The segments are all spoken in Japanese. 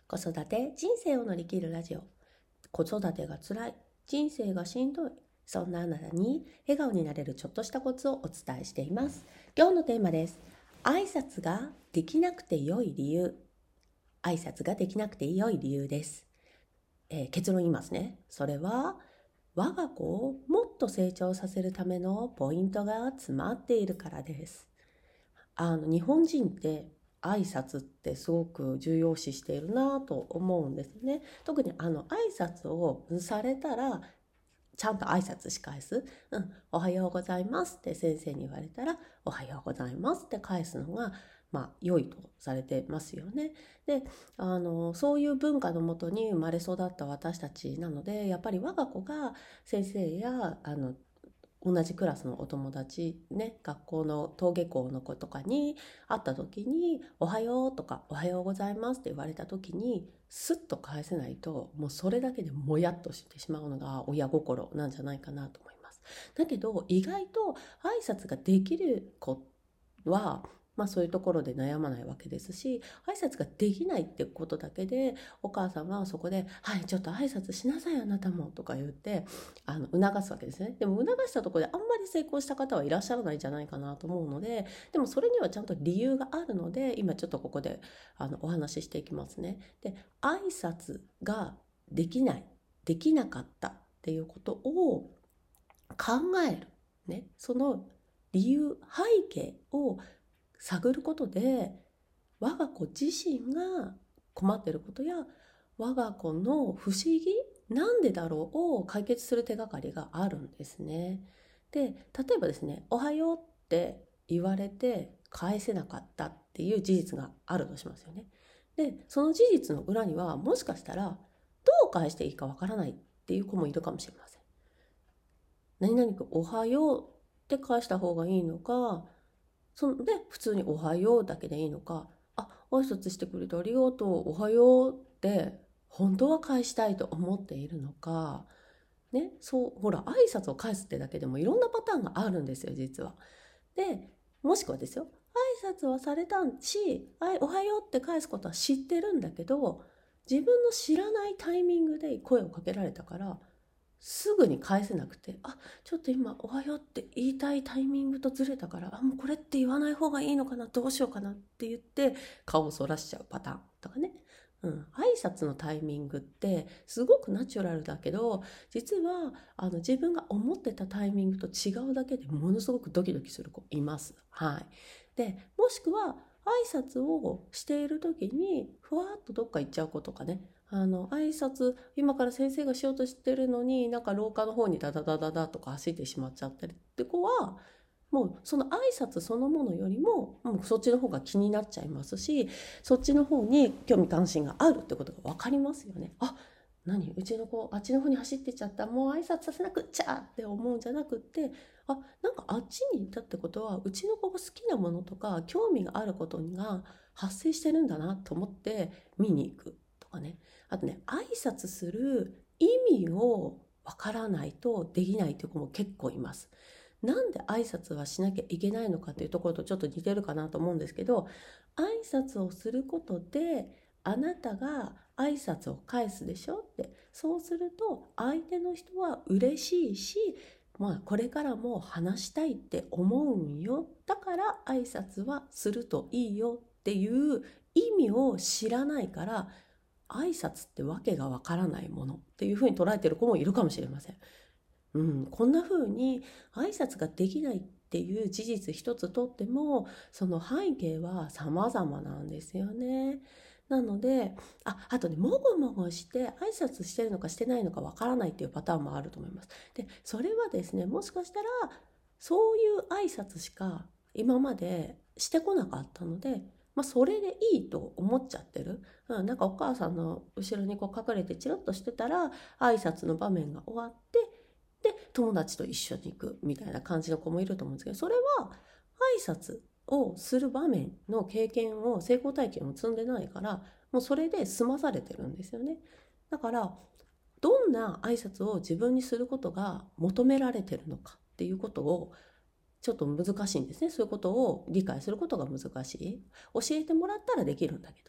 子育て人生を乗り切るラジオ。子育てが辛い、人生がしんどい、そんなあなたに笑顔になれるちょっとしたコツをお伝えしています。今日のテーマです。挨拶ができなくて良い理由。挨拶ができなくて良い理由です。結論言いますね。それは我が子をもっと成長させるためのポイントが詰まっているからです。日本人って挨拶ってすごく重要視しているなと思うんですね。特に挨拶をされたらちゃんと挨拶し返す、おはようございますって先生に言われたらおはようございますって返すのが良いとされてますよね。で、そういう文化のもとに生まれ育った私たちなので、やっぱり我が子が先生や同じクラスのお友達ね、学校の登下校の子とかに会った時におはようとかおはようございますって言われた時にスッと返せないと、もうそれだけでもやっとしてしまうのが親心なんじゃないかなと思います。だけど意外と挨拶ができる子はそういうところで悩まないわけですし、挨拶ができないってことだけでお母さんはそこで「はい、ちょっと挨拶しなさいあなたも」とか言って促すわけですね。でも促したところであんまり成功した方はいらっしゃらないんじゃないかなと思うので、でもそれにはちゃんと理由があるので、今ちょっとここでお話ししていきますね。で、挨拶ができない、できなかったっていうことを考える、ね、その理由、背景を探ることで、我が子自身が困っていることや我が子の不思議、なんでだろうを解決する手がかりがあるんですね。で、例えばですね、おはようって言われて返せなかったっていう事実があるとしますよね。で、その事実の裏にはもしかしたらどう返していいかわからないっていう子もいるかもしれません。何々くおはようって返した方がいいのか、で普通におはようだけでいいのか、挨拶してくれてありがとう、おはようって本当は返したいと思っているのか、ね、ほら挨拶を返すってだけでもいろんなパターンがあるんですよ、実は。で、もしくはですよ、挨拶はされたし、おはようって返すことは知ってるんだけど、自分の知らないタイミングで声をかけられたからすぐに返せなくて、ちょっと今おはようって言いたいタイミングとずれたから、もうこれって言わない方がいいのかな、どうしようかなって言って顔をそらしちゃうパターンとかね。挨拶のタイミングってすごくナチュラルだけど、実は自分が思ってたタイミングと違うだけでものすごくドキドキする子います。はい。で、もしくは挨拶をしている時にふわっとどっか行っちゃう子とかね、挨拶今から先生がしようとしてるのになんか廊下の方にダダダダダとか走ってしまっちゃったりって子は、もうその挨拶そのものよりもそっちの方が気になっちゃいますし、そっちの方に興味関心があるってことが分かりますよね。うちの子あっちの方に走ってっちゃった、もう挨拶させなくっちゃって思うんじゃなくって、なんかあっちに行ったってことはうちの子が好きなものとか興味があることが発生してるんだなと思って見に行くとかね。あとね、挨拶する意味をわからないとできないという子も結構います。なんで挨拶はしなきゃいけないのかというところとちょっと似てるかなと思うんですけど、挨拶をすることであなたが挨拶を返すでしょって、そうすると相手の人は嬉しいし、これからも話したいって思うんよ、だから挨拶はするといいよっていう意味を知らないから、挨拶ってわけがわからないものっていうふうに捉えてる子もいるかもしれません。こんな風に挨拶ができないっていう事実一つとっても、その背景は様々なんですよね。なので、あとね、もごもごして挨拶してるのかしてないのかわからないっていうパターンもあると思います。で、それはですね、もしかしたらそういう挨拶しか今までしてこなかったので、それでいいと思っちゃってる。なんかお母さんの後ろにこう隠れてチロッとしてたら挨拶の場面が終わって、で友達と一緒に行くみたいな感じの子もいると思うんですけど、それは挨拶をする場面の経験を、成功体験を積んでないから、もうそれで済まされてるんですよね。だからどんな挨拶を自分にすることが求められてるのかっていうことをちょっと難しいんですね。そういうことを理解することが難しい。教えてもらったらできるんだけど、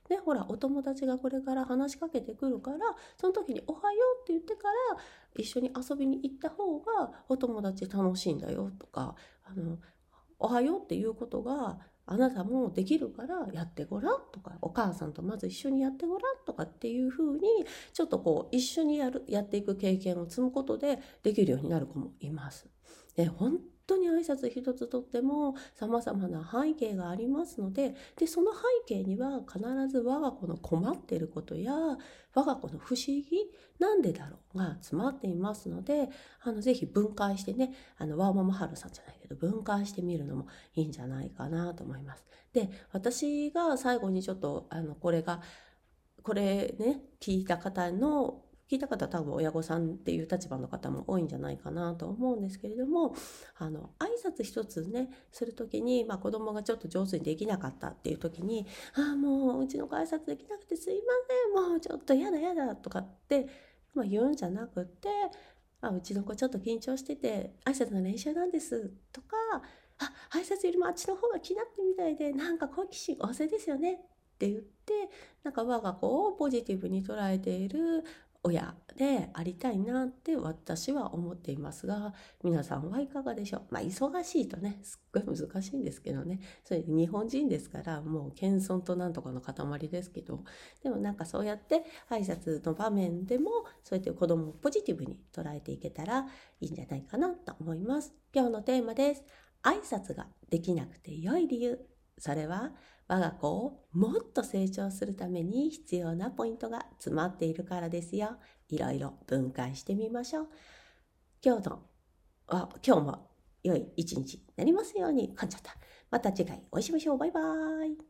でほらお友達がこれから話しかけてくるから、その時におはようって言ってから一緒に遊びに行った方がお友達楽しいんだよとか、おはようっていうことがあなたもできるからやってごらんとか、お母さんとまず一緒にやってごらんとかっていう風にちょっと一緒にやっていく経験を積むことでできるようになる子もいます。で本当に挨拶一つとっても様々な背景がありますので、その背景には必ず我が子の困っていることや我が子の不思議なんでだろうが詰まっていますので、ぜひ分解してね、ワーママハルさんじゃないけど分解してみるのもいいんじゃないかなと思います。で私が最後にちょっとこれね聞いた方は多分親御さんっていう立場の方も多いんじゃないかなと思うんですけれども、挨拶一つねする時に、子供がちょっと上手にできなかったっていう時にもううちの子挨拶できなくてすいません、もうちょっとやだとかって、言うんじゃなくて、うちの子ちょっと緊張してて挨拶の練習なんですとか、挨拶よりもあっちの方が気になってるみたいでなんか好奇心旺盛ですよねって言って、我が子をポジティブに捉えている親でありたいなって私は思っていますが、皆さんはいかがでしょう。忙しいとねすっごい難しいんですけどね、それ日本人ですからもう謙遜となんとかの塊ですけど、でもそうやって挨拶の場面でもそうやって子供をポジティブに捉えていけたらいいんじゃないかなと思います。今日のテーマです。挨拶ができなくて良い理由。それは我が子をもっと成長するために必要なポイントが詰まっているからですよ。いろいろ分解してみましょう。今日も良い一日になりますように。噛んじゃった。また次回お会いしましょう。バイバーイ。